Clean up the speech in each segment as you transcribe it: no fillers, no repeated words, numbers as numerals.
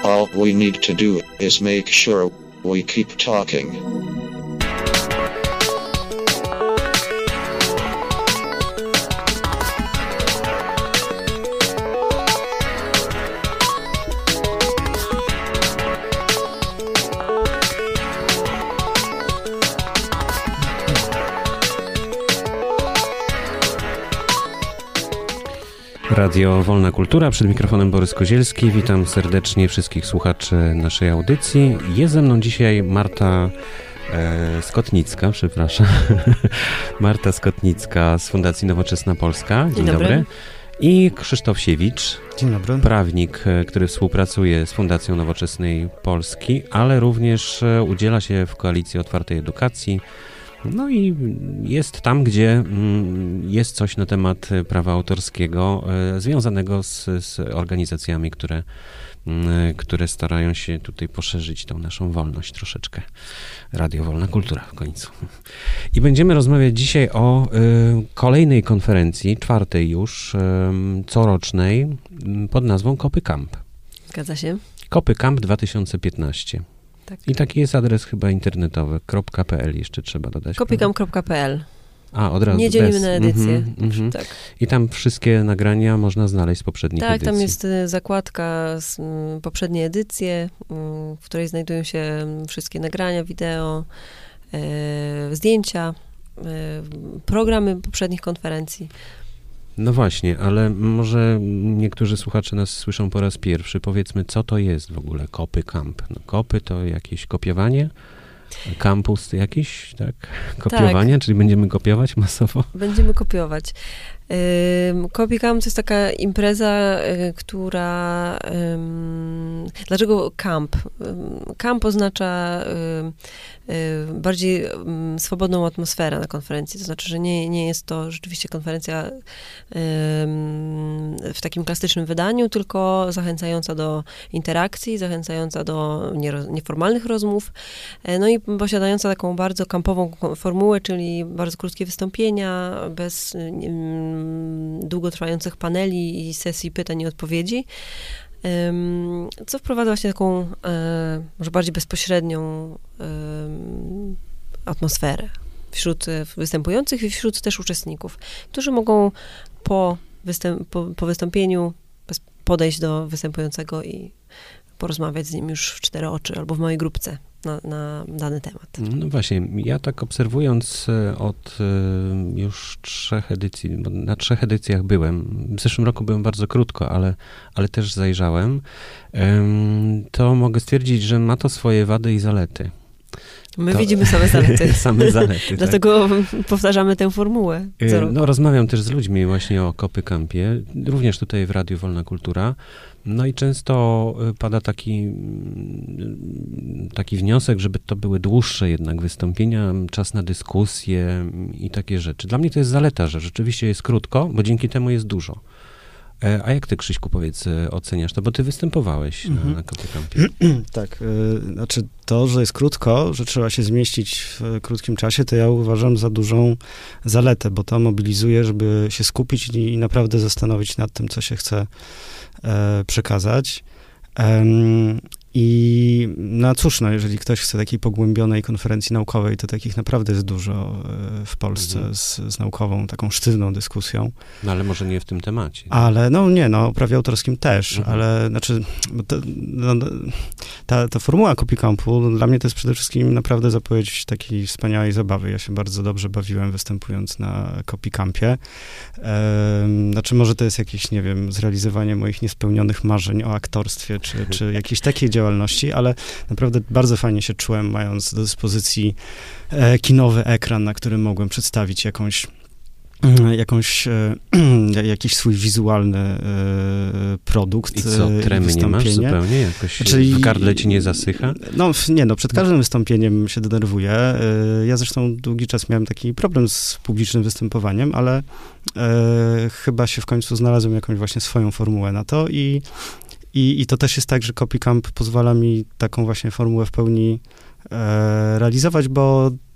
All we need to do is make sure we keep talking. Radio Wolna Kultura, przed mikrofonem Borys Kozielski. Witam serdecznie wszystkich słuchaczy naszej audycji. Jest ze mną dzisiaj Marta Skotnicka, przepraszam. Marta Skotnicka z Fundacji Nowoczesna Polska. Dzień dobry. I Krzysztof Siewicz. Dzień dobry. Prawnik, który współpracuje z Fundacją Nowoczesnej Polski, ale również udziela się w Koalicji Otwartej Edukacji. No i jest tam, gdzie jest coś na temat prawa autorskiego związanego z organizacjami, które starają się tutaj poszerzyć tą naszą wolność troszeczkę. Radio Wolna Kultura w końcu. I będziemy rozmawiać dzisiaj o kolejnej konferencji, czwartej już, corocznej, pod nazwą CopyCamp. Zgadza się. CopyCamp 2015. Tak. I taki jest adres chyba internetowy, .pl jeszcze trzeba dodać. Copycamp.pl. A, od razu. Nie dzielimy na edycję. Tak. I tam wszystkie nagrania można znaleźć z poprzednich edycji. Tak, tam jest zakładka z poprzedniej edycje, w której znajdują się wszystkie nagrania, wideo, zdjęcia, programy poprzednich konferencji. No właśnie, ale może niektórzy słuchacze nas słyszą po raz pierwszy. Powiedzmy, co to jest w ogóle CopyCamp? No, kopy to jakieś kopiowanie? Kampus jakiś, tak? Kopiowanie, tak. Czyli będziemy kopiować masowo? Będziemy kopiować. CopyCamp to jest taka impreza, która... Dlaczego camp? Camp oznacza bardziej swobodną atmosferę na konferencji. To znaczy, że nie jest to rzeczywiście konferencja w takim klasycznym wydaniu, tylko zachęcająca do interakcji, zachęcająca do nieformalnych rozmów, no i posiadająca taką bardzo kampową formułę, czyli bardzo krótkie wystąpienia, bez długotrwających paneli i sesji pytań i odpowiedzi, co wprowadza właśnie taką może bardziej bezpośrednią atmosferę wśród występujących i wśród też uczestników, którzy mogą po wystąpieniu podejść do występującego i porozmawiać z nim już w cztery oczy albo w mojej grupce na dany temat. No właśnie, ja tak obserwując od już 3 edycji, bo na 3 edycjach byłem, w zeszłym roku byłem bardzo krótko, ale też zajrzałem, to mogę stwierdzić, że ma to swoje wady i zalety. My widzimy same zalety. Same zalety, Dlatego powtarzamy tę formułę co roku. No, rozmawiam też z ludźmi właśnie o CopyCampie, również tutaj w Radiu Wolna Kultura. No i często pada taki wniosek, żeby to były dłuższe jednak wystąpienia, czas na dyskusję i takie rzeczy. Dla mnie to jest zaleta, że rzeczywiście jest krótko, bo dzięki temu jest dużo. A jak ty, Krzyśku, powiedz, oceniasz to? Bo ty występowałeś na CopyCampie. Tak, znaczy to, że jest krótko, że trzeba się zmieścić w krótkim czasie, to ja uważam za dużą zaletę, bo to mobilizuje, żeby się skupić i naprawdę zastanowić nad tym, co się chce przekazać. I no cóż, no, jeżeli ktoś chce takiej pogłębionej konferencji naukowej, to takich naprawdę jest dużo w Polsce z naukową, taką sztywną dyskusją. No ale może nie w tym temacie. Ale o prawie autorskim też, ale znaczy ta formuła CopyCampu dla mnie to jest przede wszystkim naprawdę zapowiedź takiej wspaniałej zabawy. Ja się bardzo dobrze bawiłem występując na CopyCampie. Znaczy może to jest jakieś, nie wiem, zrealizowanie moich niespełnionych marzeń o aktorstwie, czy jakiejś takiej działalności, ale naprawdę bardzo fajnie się czułem, mając do dyspozycji kinowy ekran, na którym mogłem przedstawić jakiś swój wizualny produkt. I co, tremy nie masz zupełnie? Jakoś w gardle ci nie zasycha? Przed każdym wystąpieniem się denerwuję. Ja zresztą długi czas miałem taki problem z publicznym występowaniem, ale chyba się w końcu znalazłem jakąś właśnie swoją formułę na to i to też jest tak, że CopyCamp pozwala mi taką właśnie formułę w pełni realizować, bo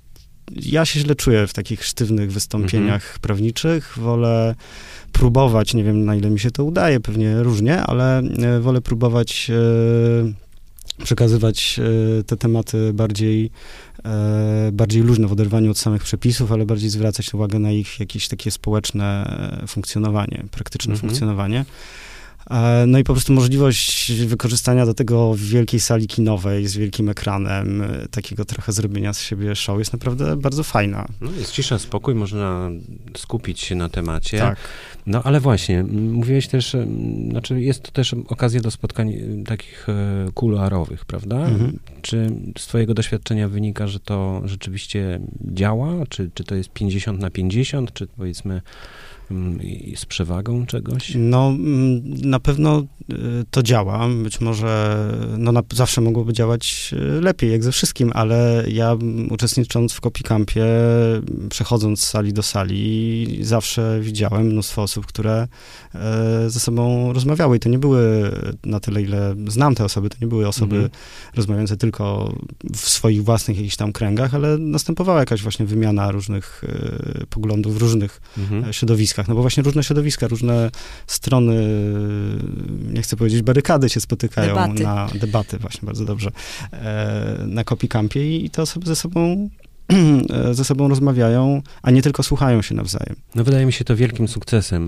ja się źle czuję w takich sztywnych wystąpieniach prawniczych. Wolę próbować, nie wiem, na ile mi się to udaje, pewnie różnie, ale wolę próbować przekazywać te tematy bardziej luźno, w oderwaniu od samych przepisów, ale bardziej zwracać uwagę na ich jakieś takie społeczne funkcjonowanie, praktyczne funkcjonowanie. No i po prostu możliwość wykorzystania do tego wielkiej sali kinowej z wielkim ekranem, takiego trochę zrobienia z siebie show jest naprawdę bardzo fajna. No jest cisza, spokój, można skupić się na temacie. Tak. No ale właśnie, mówiłeś też, znaczy jest to też okazja do spotkań takich kuluarowych, prawda? Czy z twojego doświadczenia wynika, że to rzeczywiście działa? Czy to jest 50/50, czy powiedzmy z przewagą czegoś? No, na pewno to działa. Być może zawsze mogłoby działać lepiej, jak ze wszystkim, ale ja uczestnicząc w Copycampie, przechodząc z sali do sali, zawsze widziałem mnóstwo osób, które ze sobą rozmawiały i to nie były, na tyle ile znam te osoby, to nie były osoby rozmawiające tylko w swoich własnych jakichś tam kręgach, ale następowała jakaś właśnie wymiana różnych poglądów w różnych środowiskach. No bo właśnie różne środowiska, różne strony, nie chcę powiedzieć barykady się spotykają na debaty, właśnie bardzo dobrze, na Copycampie i te osoby ze sobą rozmawiają, a nie tylko słuchają się nawzajem. No wydaje mi się to wielkim sukcesem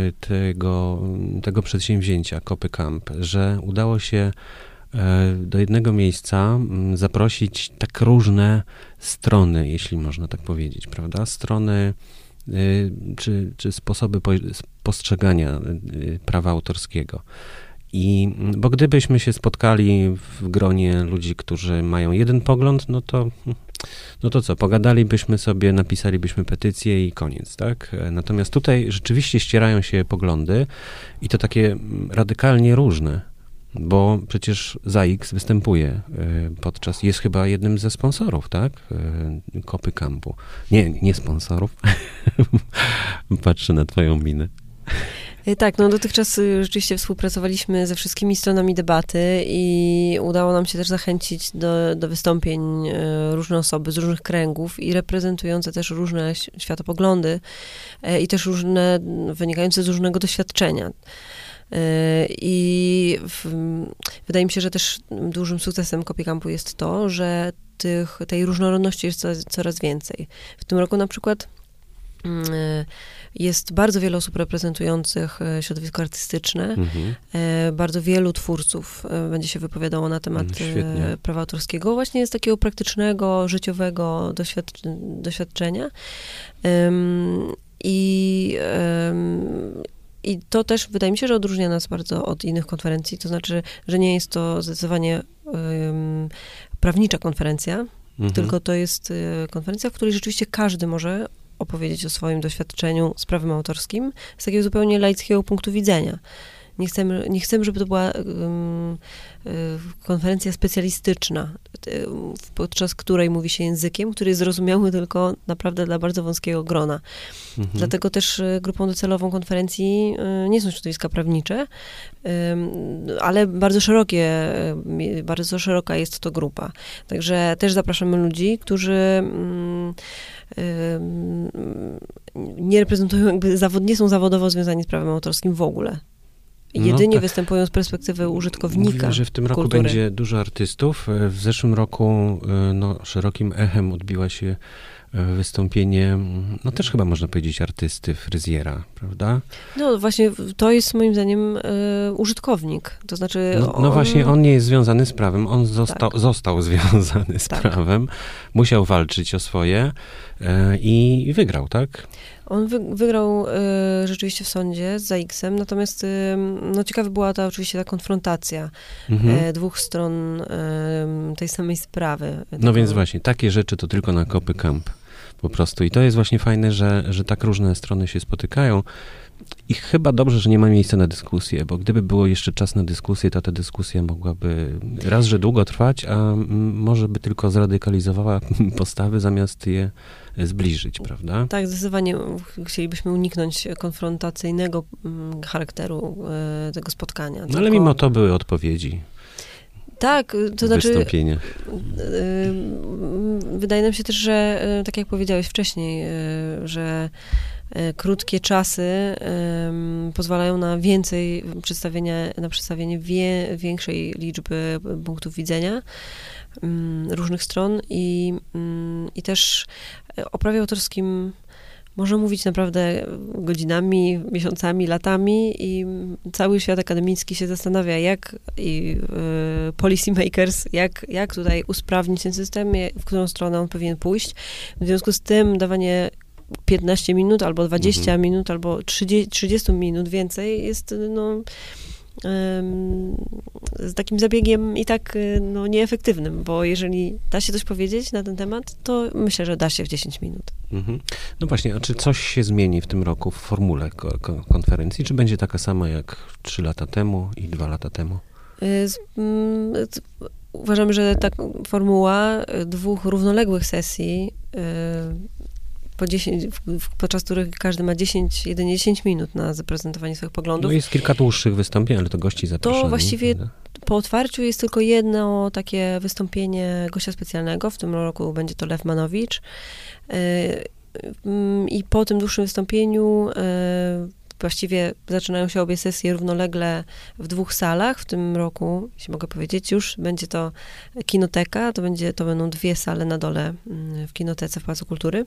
tego przedsięwzięcia Copycamp, że udało się do jednego miejsca zaprosić tak różne strony, jeśli można tak powiedzieć, prawda? Strony czy sposoby postrzegania prawa autorskiego. Bo gdybyśmy się spotkali w gronie ludzi, którzy mają jeden pogląd, no to co, pogadalibyśmy sobie, napisalibyśmy petycję i koniec, tak? Natomiast tutaj rzeczywiście ścierają się poglądy i to takie radykalnie różne. Bo przecież ZAIKS występuje jest chyba jednym ze sponsorów, tak? Copycampu. Nie sponsorów. Patrzę na twoją minę. Tak, dotychczas rzeczywiście współpracowaliśmy ze wszystkimi stronami debaty i udało nam się też zachęcić do wystąpień różne osoby z różnych kręgów i reprezentujące też różne światopoglądy i też różne, wynikające z różnego doświadczenia. I wydaje mi się, że też dużym sukcesem Copycampu jest to, że tej różnorodności jest coraz więcej. W tym roku na przykład jest bardzo wiele osób reprezentujących środowisko artystyczne. Bardzo wielu twórców będzie się wypowiadało na temat prawa autorskiego, właśnie z takiego praktycznego, życiowego doświadczenia. I to też wydaje mi się, że odróżnia nas bardzo od innych konferencji, to znaczy, że nie jest to zdecydowanie prawnicza konferencja, tylko to jest konferencja, w której rzeczywiście każdy może opowiedzieć o swoim doświadczeniu z prawem autorskim z takiego zupełnie laickiego punktu widzenia. Nie chcemy, żeby to była konferencja specjalistyczna, podczas której mówi się językiem, który jest zrozumiały tylko naprawdę dla bardzo wąskiego grona. Dlatego też grupą docelową konferencji nie są środowiska prawnicze, ale bardzo szeroka jest to grupa. Także też zapraszamy ludzi, którzy nie reprezentują, nie są zawodowo związani z prawem autorskim w ogóle. Jedynie występują z perspektywy użytkownika. Mówię, że w tym roku będzie dużo artystów. W zeszłym roku szerokim echem odbiła się wystąpienie, też chyba można powiedzieć artysty, fryzjera, prawda? No właśnie, to jest moim zdaniem użytkownik, to znaczy... Właśnie, on nie jest związany z prawem, on został związany z prawem, musiał walczyć o swoje i wygrał, tak? On wygrał rzeczywiście w sądzie z ZAIKS-em, natomiast ciekawa była oczywiście ta konfrontacja dwóch stron tej samej sprawy. Więc właśnie, takie rzeczy to tylko na Copycamp po prostu. I to jest właśnie fajne, że tak różne strony się spotykają. I chyba dobrze, że nie ma miejsca na dyskusję, bo gdyby było jeszcze czas na dyskusję, to ta dyskusja mogłaby raz, że długo trwać, a może by tylko zradykalizowała postawy, zamiast je zbliżyć, prawda? Tak, zdecydowanie chcielibyśmy uniknąć konfrontacyjnego charakteru tego spotkania. Ale mimo to były odpowiedzi. Tak, to znaczy... wystąpieniach. Wydaje nam się też, że tak jak powiedziałeś wcześniej, że krótkie czasy pozwalają na więcej przedstawienie większej liczby punktów widzenia różnych stron i też o prawie autorskim można mówić naprawdę godzinami, miesiącami, latami i cały świat akademicki się zastanawia, policy makers, jak tutaj usprawnić ten system, w którą stronę on powinien pójść. W związku z tym dawanie 15 minut, albo 20 minut, albo 30 minut więcej jest z takim zabiegiem i tak nieefektywnym, bo jeżeli da się coś powiedzieć na ten temat, to myślę, że da się w 10 minut. No właśnie, a czy coś się zmieni w tym roku w formule konferencji? Czy będzie taka sama jak 3 lata temu i 2 lata temu? Uważam, że ta formuła 2 równoległych sesji podczas których każdy ma jedynie 10 minut na zaprezentowanie swoich poglądów. No jest kilka dłuższych wystąpień, ale to gości zapraszani. To właściwie prawda? Po otwarciu jest tylko jedno takie wystąpienie gościa specjalnego. W tym roku będzie to Lew Manowicz. I po tym dłuższym wystąpieniu właściwie zaczynają się obie sesje równolegle w 2 salach. W tym roku, jeśli mogę powiedzieć, już będzie to kinoteka, to będą 2 sale na dole w kinotece w Pałacu Kultury.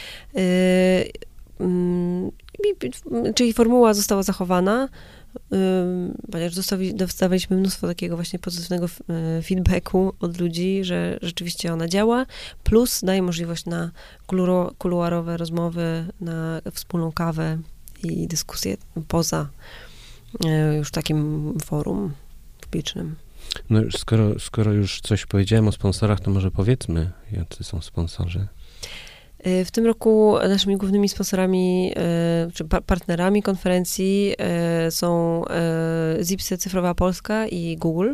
Czyli formuła została zachowana, ponieważ dostawaliśmy mnóstwo takiego właśnie pozytywnego feedbacku od ludzi, że rzeczywiście ona działa, plus daje możliwość na kuluarowe rozmowy, na wspólną kawę i dyskusję poza już takim forum publicznym. No skoro już coś powiedziałem o sponsorach, to może powiedzmy, jacy są sponsorzy. W tym roku naszymi głównymi sponsorami, czy partnerami konferencji są Zipsy Cyfrowa Polska i Google.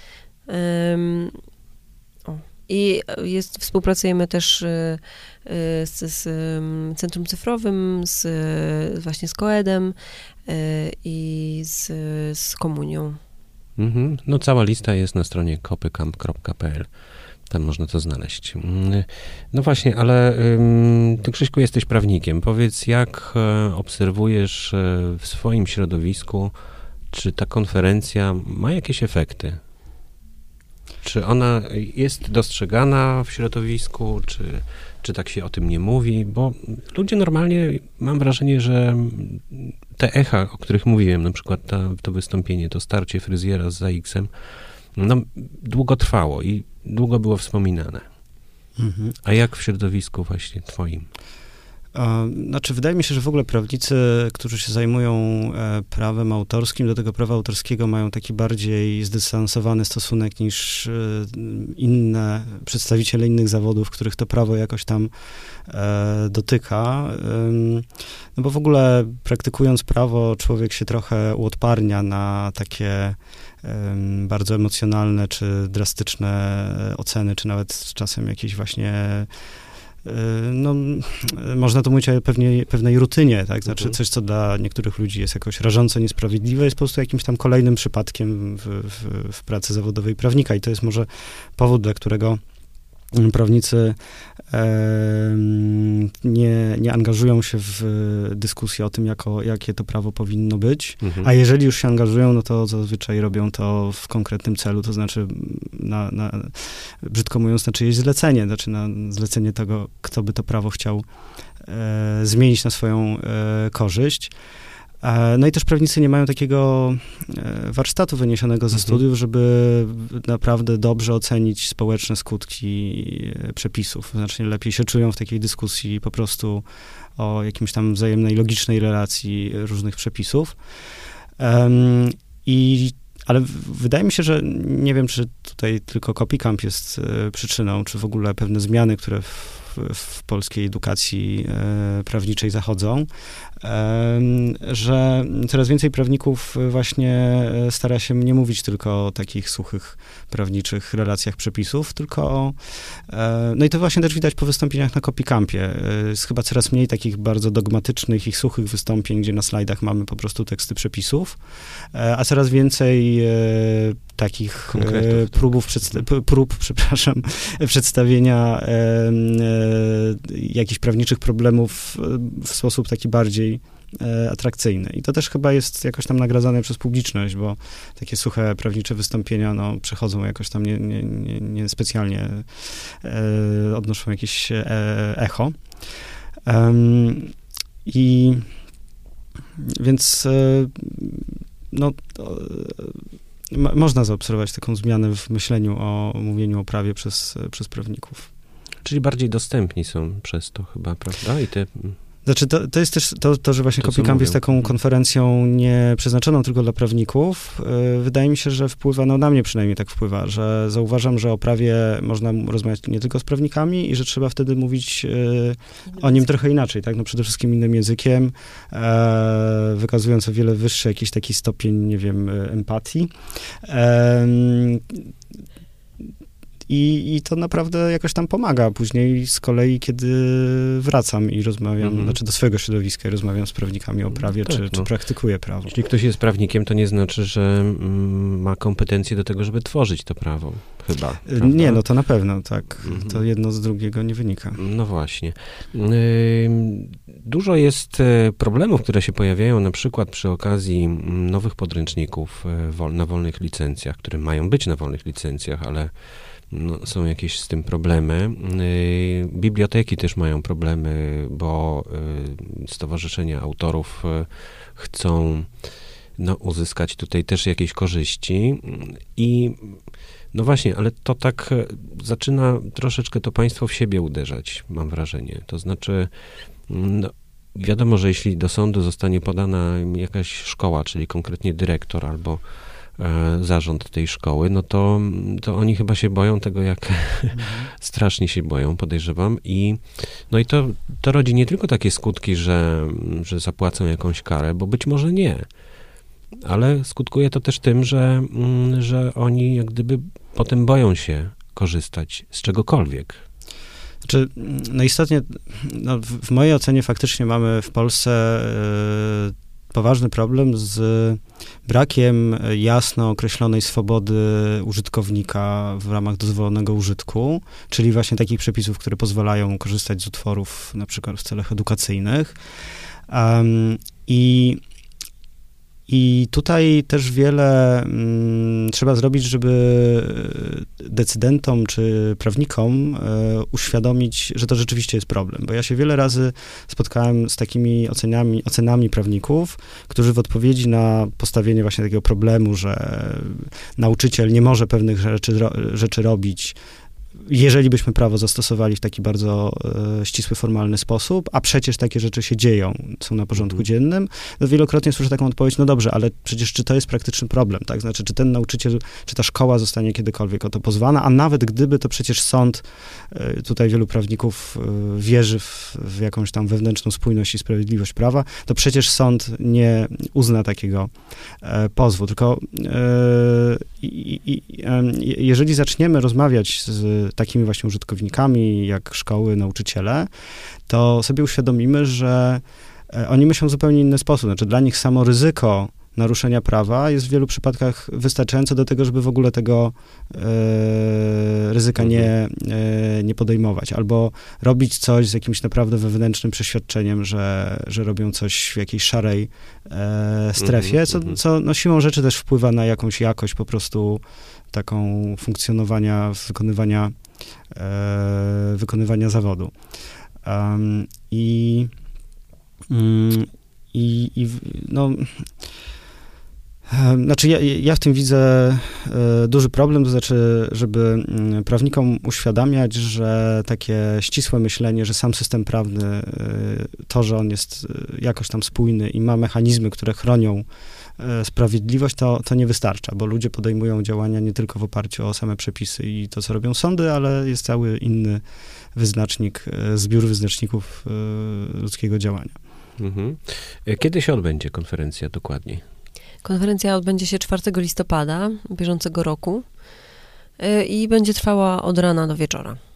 I współpracujemy też z Centrum Cyfrowym, właśnie z Coedem i z Komunią. No cała lista jest na stronie copycamp.pl. Tam można to znaleźć. No właśnie, ale ty, Krzyśku, jesteś prawnikiem. Powiedz, jak obserwujesz w swoim środowisku, czy ta konferencja ma jakieś efekty? Czy ona jest dostrzegana w środowisku, czy tak się o tym nie mówi? Bo ludzie normalnie, mam wrażenie, że te echa, o których mówiłem, na przykład to wystąpienie, to starcie fryzjera z ZAX-em, długo trwało i długo było wspominane. A jak w środowisku właśnie twoim? Znaczy, wydaje mi się, że w ogóle prawnicy, którzy się zajmują prawem autorskim, do tego prawa autorskiego mają taki bardziej zdystansowany stosunek niż przedstawiciele innych zawodów, których to prawo jakoś tam dotyka. No bo w ogóle praktykując prawo, człowiek się trochę uodparnia na takie bardzo emocjonalne, czy drastyczne oceny, czy nawet czasem jakieś właśnie można to mówić o pewnej rutynie, tak? Znaczy coś, co dla niektórych ludzi jest jakoś rażąco niesprawiedliwe, jest po prostu jakimś tam kolejnym przypadkiem w pracy zawodowej prawnika i to jest może powód, dla którego prawnicy nie angażują się w dyskusję o tym, jakie to prawo powinno być, a jeżeli już się angażują, no to zazwyczaj robią to w konkretnym celu, to znaczy brzydko mówiąc, na czyjeś zlecenie, znaczy na zlecenie tego, kto by to prawo chciał zmienić na swoją korzyść. No i też prawnicy nie mają takiego warsztatu wyniesionego ze studiów, żeby naprawdę dobrze ocenić społeczne skutki przepisów. Znacznie lepiej się czują w takiej dyskusji po prostu o jakimś tam wzajemnej, logicznej relacji różnych przepisów. Ale wydaje mi się, że nie wiem, czy tutaj tylko CopyCamp jest przyczyną, czy w ogóle pewne zmiany, które w polskiej edukacji prawniczej zachodzą, że coraz więcej prawników właśnie stara się nie mówić tylko o takich suchych, prawniczych relacjach przepisów, tylko no i to właśnie też widać po wystąpieniach na CopyCampie. Jest chyba coraz mniej takich bardzo dogmatycznych i suchych wystąpień, gdzie na slajdach mamy po prostu teksty przepisów, a coraz więcej takich prób przedstawienia jakichś prawniczych problemów w sposób taki bardziej atrakcyjny. I to też chyba jest jakoś tam nagradzane przez publiczność, bo takie suche prawnicze wystąpienia przechodzą jakoś tam nie specjalnie odnoszą jakieś echo. I więc można zaobserwować taką zmianę w myśleniu o mówieniu o prawie przez prawników. Czyli bardziej dostępni są przez to chyba, prawda? I te... Znaczy, to jest też to, że właśnie CopyCamp jest taką konferencją nie przeznaczoną tylko dla prawników. Wydaje mi się, że wpływa, na mnie przynajmniej tak wpływa, że zauważam, że o prawie można rozmawiać nie tylko z prawnikami i że trzeba wtedy mówić o nim trochę inaczej, tak? Przede wszystkim innym językiem, wykazując o wiele wyższy jakiś taki stopień, nie wiem, empatii. I to naprawdę jakoś tam pomaga. Później z kolei, kiedy wracam i rozmawiam, znaczy do swojego środowiska i rozmawiam z prawnikami o prawie, czy praktykuję prawo. Jeśli ktoś jest prawnikiem, to nie znaczy, że ma kompetencje do tego, żeby tworzyć to prawo, chyba. Prawda? Nie, to na pewno, tak. To jedno z drugiego nie wynika. No właśnie. Dużo jest problemów, które się pojawiają na przykład przy okazji nowych podręczników na wolnych licencjach, które mają być na wolnych licencjach, ale są jakieś z tym problemy. Biblioteki też mają problemy, bo stowarzyszenia autorów chcą uzyskać tutaj też jakieś korzyści i no właśnie, ale to tak zaczyna troszeczkę to państwo w siebie uderzać, mam wrażenie. To znaczy, wiadomo, że jeśli do sądu zostanie podana jakaś szkoła, czyli konkretnie dyrektor albo zarząd tej szkoły, to oni chyba się boją tego, jak strasznie się boją, podejrzewam. I to rodzi nie tylko takie skutki, że zapłacą jakąś karę, bo być może nie, ale skutkuje to też tym, że oni jak gdyby potem boją się korzystać z czegokolwiek. Znaczy, istotnie, w mojej ocenie faktycznie mamy w Polsce poważny problem z brakiem jasno określonej swobody użytkownika w ramach dozwolonego użytku, czyli właśnie takich przepisów, które pozwalają korzystać z utworów na przykład w celach edukacyjnych. I tutaj też wiele trzeba zrobić, żeby decydentom czy prawnikom uświadomić, że to rzeczywiście jest problem. Bo ja się wiele razy spotkałem z takimi ocenami prawników, którzy w odpowiedzi na postawienie właśnie takiego problemu, że nauczyciel nie może pewnych rzeczy robić, jeżeli byśmy prawo zastosowali w taki bardzo ścisły, formalny sposób, a przecież takie rzeczy się dzieją, są na porządku dziennym, wielokrotnie słyszę taką odpowiedź, no dobrze, ale przecież czy to jest praktyczny problem, tak? Znaczy, czy ten nauczyciel, czy ta szkoła zostanie kiedykolwiek o to pozwana, a nawet gdyby, to przecież sąd, tutaj wielu prawników wierzy w jakąś tam wewnętrzną spójność i sprawiedliwość prawa, to przecież sąd nie uzna takiego pozwu, tylko jeżeli zaczniemy rozmawiać z takimi właśnie użytkownikami, jak szkoły, nauczyciele, to sobie uświadomimy, że oni myślą w zupełnie inny sposób. Znaczy, dla nich samo ryzyko naruszenia prawa jest w wielu przypadkach wystarczające do tego, żeby w ogóle tego ryzyka nie podejmować. Albo robić coś z jakimś naprawdę wewnętrznym przeświadczeniem, że robią coś w jakiejś szarej strefie, co siłą rzeczy też wpływa na jakąś jakość po prostu taką funkcjonowania, wykonywania zawodu. Znaczy ja w tym widzę duży problem, to znaczy, żeby prawnikom uświadamiać, że takie ścisłe myślenie, że sam system prawny, to, że on jest jakoś tam spójny i ma mechanizmy, które chronią sprawiedliwość, to nie wystarcza, bo ludzie podejmują działania nie tylko w oparciu o same przepisy i to, co robią sądy, ale jest cały inny wyznacznik, zbiór wyznaczników ludzkiego działania. Kiedy się odbędzie konferencja dokładnie? Konferencja odbędzie się 4 listopada bieżącego roku i będzie trwała od rana do wieczora.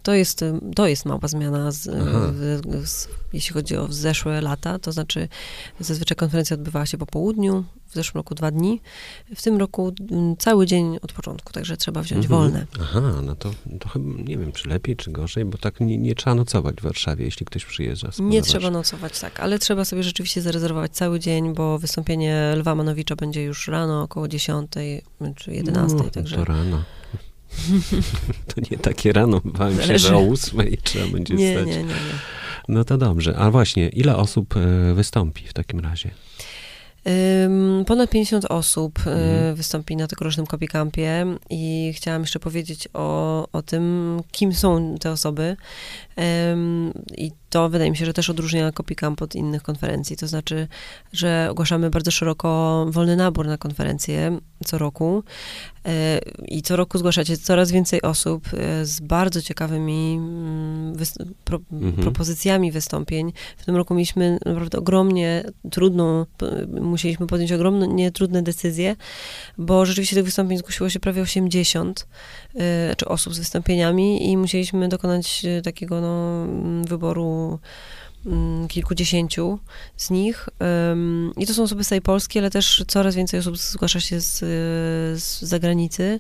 to jest mała zmiana, jeśli chodzi o zeszłe lata, to znaczy zazwyczaj konferencja odbywała się po południu, w zeszłym roku 2 dni, w tym roku cały dzień od początku, także trzeba wziąć wolne. Aha, no to chyba, nie wiem, czy lepiej, czy gorzej, bo tak nie trzeba nocować w Warszawie, jeśli ktoś przyjeżdża. Nie trzeba nocować, tak, ale trzeba sobie rzeczywiście zarezerwować cały dzień, bo wystąpienie Lwa Manowicza będzie już rano, około 10 czy 11, także... to rano. To nie takie rano, bałem się, że o 8 trzeba będzie wstać. Nie. No to dobrze. A właśnie, ile osób wystąpi w takim razie? Ponad 50 osób wystąpi na tegorocznym Copycampie i chciałam jeszcze powiedzieć o tym, kim są te osoby. I to wydaje mi się, że też odróżnia Copycamp od innych konferencji. To znaczy, że ogłaszamy bardzo szeroko wolny nabór na konferencję co roku i co roku zgłaszacie coraz więcej osób z bardzo ciekawymi propozycjami wystąpień. W tym roku mieliśmy naprawdę ogromnie musieliśmy podjąć ogromnie trudne decyzje, bo rzeczywiście tych wystąpień zgłosiło się prawie 80 czy osób z wystąpieniami i musieliśmy dokonać takiego wyboru kilkudziesięciu z nich. I to są osoby z całej Polski, ale też coraz więcej osób zgłasza się z zagranicy.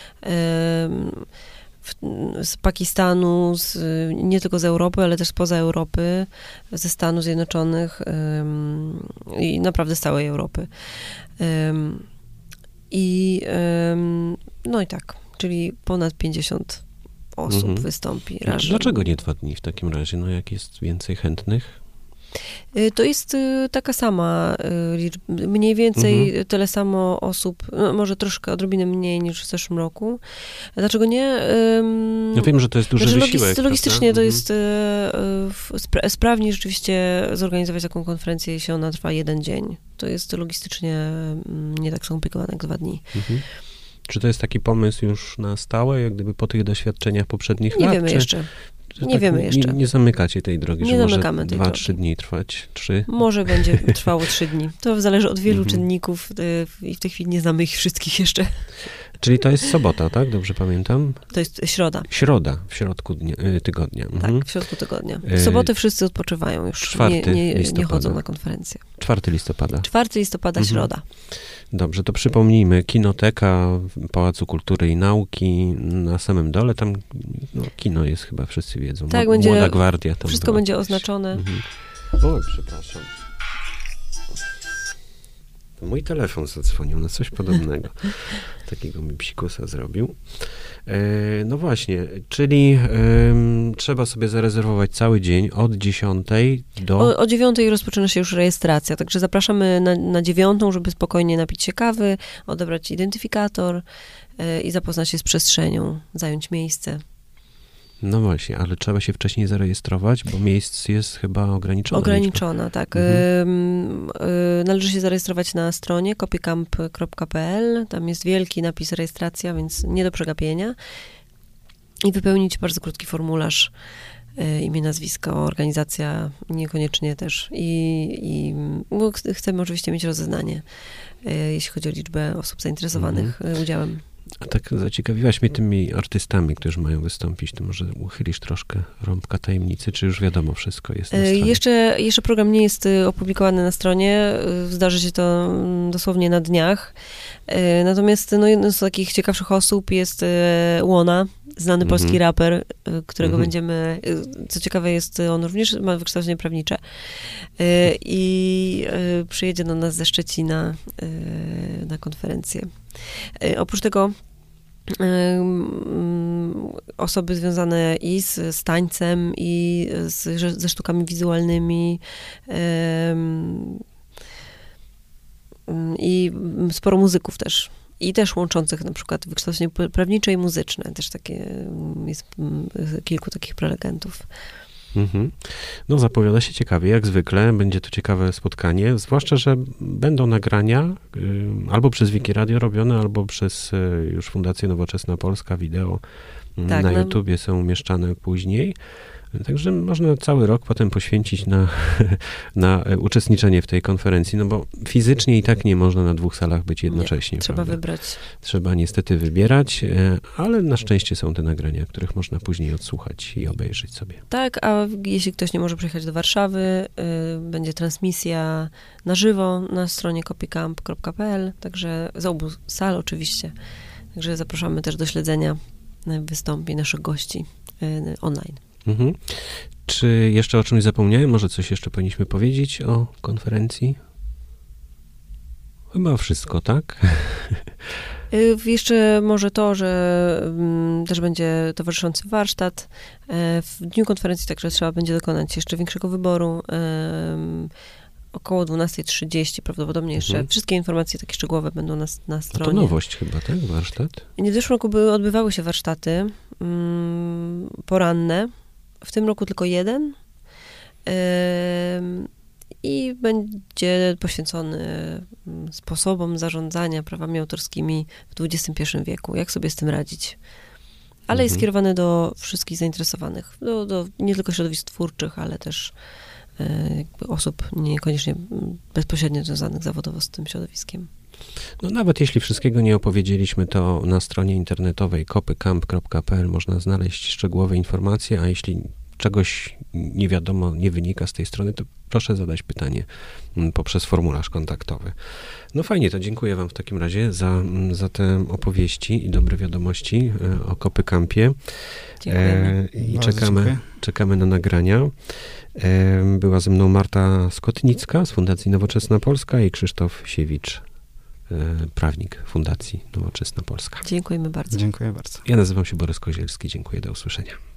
Z Pakistanu, nie tylko z Europy, ale też spoza Europy, ze Stanów Zjednoczonych i naprawdę z całej Europy. No i tak, czyli ponad 50 osób wystąpi razem. Dlaczego nie 2 dni w takim razie? No jak jest więcej chętnych? To jest taka sama liczba, mniej więcej tyle samo osób, może troszkę odrobinę mniej niż w zeszłym roku. Dlaczego nie? Ja wiem, że to jest duży wysiłek. Logistycznie to jest sprawniej rzeczywiście zorganizować taką konferencję, jeśli ona trwa 1 dzień. To jest logistycznie nie tak skomplikowane jak 2 dni. Czy to jest taki pomysł już na stałe, jak gdyby po tych doświadczeniach poprzednich lat? Nie wiemy jeszcze. Nie wiemy jeszcze. Nie zamykacie tej drogi, nie że może zamykamy tej 2-3 dni trwać? 3? Może będzie trwało 3 dni. To zależy od wielu czynników i w tej chwili nie znamy ich wszystkich jeszcze. Czyli to jest sobota, tak? Dobrze pamiętam? To jest środa. Środa, w środku tygodnia. Tak, w środku tygodnia. W sobotę wszyscy odpoczywają już. Nie chodzą na konferencję. 4 listopada. 4 listopada, środa. Dobrze, to przypomnijmy, Kinoteka Pałacu Kultury i Nauki na samym dole, tam kino jest chyba, wszyscy wiedzą. Tak, Młoda Gwardia. Tam wszystko będzie oznaczone. Oj, przepraszam. Mój telefon zadzwonił na coś podobnego. Takiego mi psikusa zrobił. No właśnie, czyli trzeba sobie zarezerwować cały dzień od 10 do... O 9 rozpoczyna się już rejestracja, także zapraszamy na 9, żeby spokojnie napić się kawy, odebrać identyfikator i zapoznać się z przestrzenią, zająć miejsce. No właśnie, ale trzeba się wcześniej zarejestrować, bo miejsc jest chyba ograniczona. Ograniczona, tak. Należy się zarejestrować na stronie copycamp.pl. Tam jest wielki napis rejestracja, więc nie do przegapienia. I wypełnić bardzo krótki formularz, imię, nazwisko, organizacja, niekoniecznie też. Bo chcemy oczywiście mieć rozeznanie, jeśli chodzi o liczbę osób zainteresowanych udziałem. A tak zaciekawiłaś mnie tymi artystami, którzy mają wystąpić. To może uchylisz troszkę rąbka tajemnicy, czy już wiadomo wszystko jest na stronie? Jeszcze program nie jest opublikowany na stronie. Zdarzy się to dosłownie na dniach. Natomiast jedną z takich ciekawszych osób jest Łona, znany polski raper, którego będziemy... Co ciekawe jest, on również ma wykształcenie prawnicze i przyjedzie do nas ze Szczecina na konferencję. Oprócz tego osoby związane i z tańcem, i ze sztukami wizualnymi, i sporo muzyków też. I też łączących na przykład wykształcenie prawnicze i muzyczne. Też jest kilku takich prelegentów. No zapowiada się ciekawie, jak zwykle. Będzie to ciekawe spotkanie, zwłaszcza, że będą nagrania albo przez Wiki Radio robione, albo przez już Fundację Nowoczesna Polska, wideo na YouTubie są umieszczane później. Także można cały rok potem poświęcić na uczestniczenie w tej konferencji, no bo fizycznie i tak nie można na 2 salach być jednocześnie. Nie, trzeba wybrać. Trzeba niestety wybierać, ale na szczęście są te nagrania, których można później odsłuchać i obejrzeć sobie. Tak, a jeśli ktoś nie może przyjechać do Warszawy, będzie transmisja na żywo na stronie copycamp.pl, także z obu sal oczywiście. Także zapraszamy też do śledzenia wystąpień naszych gości online. Mhm. Czy jeszcze o czymś zapomniałem? Może coś jeszcze powinniśmy powiedzieć o konferencji? Chyba wszystko, tak? Jeszcze może to, że też będzie towarzyszący warsztat. W dniu konferencji także trzeba będzie dokonać jeszcze większego wyboru. Około 12:30 prawdopodobnie jeszcze. Wszystkie informacje takie szczegółowe będą na stronie. To nowość chyba, tak? Warsztat? W zeszłym roku odbywały się warsztaty poranne. W tym roku tylko jeden. I będzie poświęcony sposobom zarządzania prawami autorskimi w XXI wieku. Jak sobie z tym radzić? Ale jest skierowany do wszystkich zainteresowanych. Nie tylko środowisk twórczych, ale też osób niekoniecznie bezpośrednio związanych zawodowo z tym środowiskiem. No nawet jeśli wszystkiego nie opowiedzieliśmy, to na stronie internetowej copycamp.pl można znaleźć szczegółowe informacje, a jeśli czegoś nie wiadomo, nie wynika z tej strony, to proszę zadać pytanie poprzez formularz kontaktowy. No fajnie, to dziękuję wam w takim razie za te opowieści i dobre wiadomości o Copycampie. I czekamy na nagrania. Była ze mną Marta Skotnicka z Fundacji Nowoczesna Polska i Krzysztof Siewicz, prawnik Fundacji Nowoczesna Polska. Dziękujemy bardzo. Dziękuję bardzo. Ja nazywam się Borys Kozielski. Dziękuję, do usłyszenia.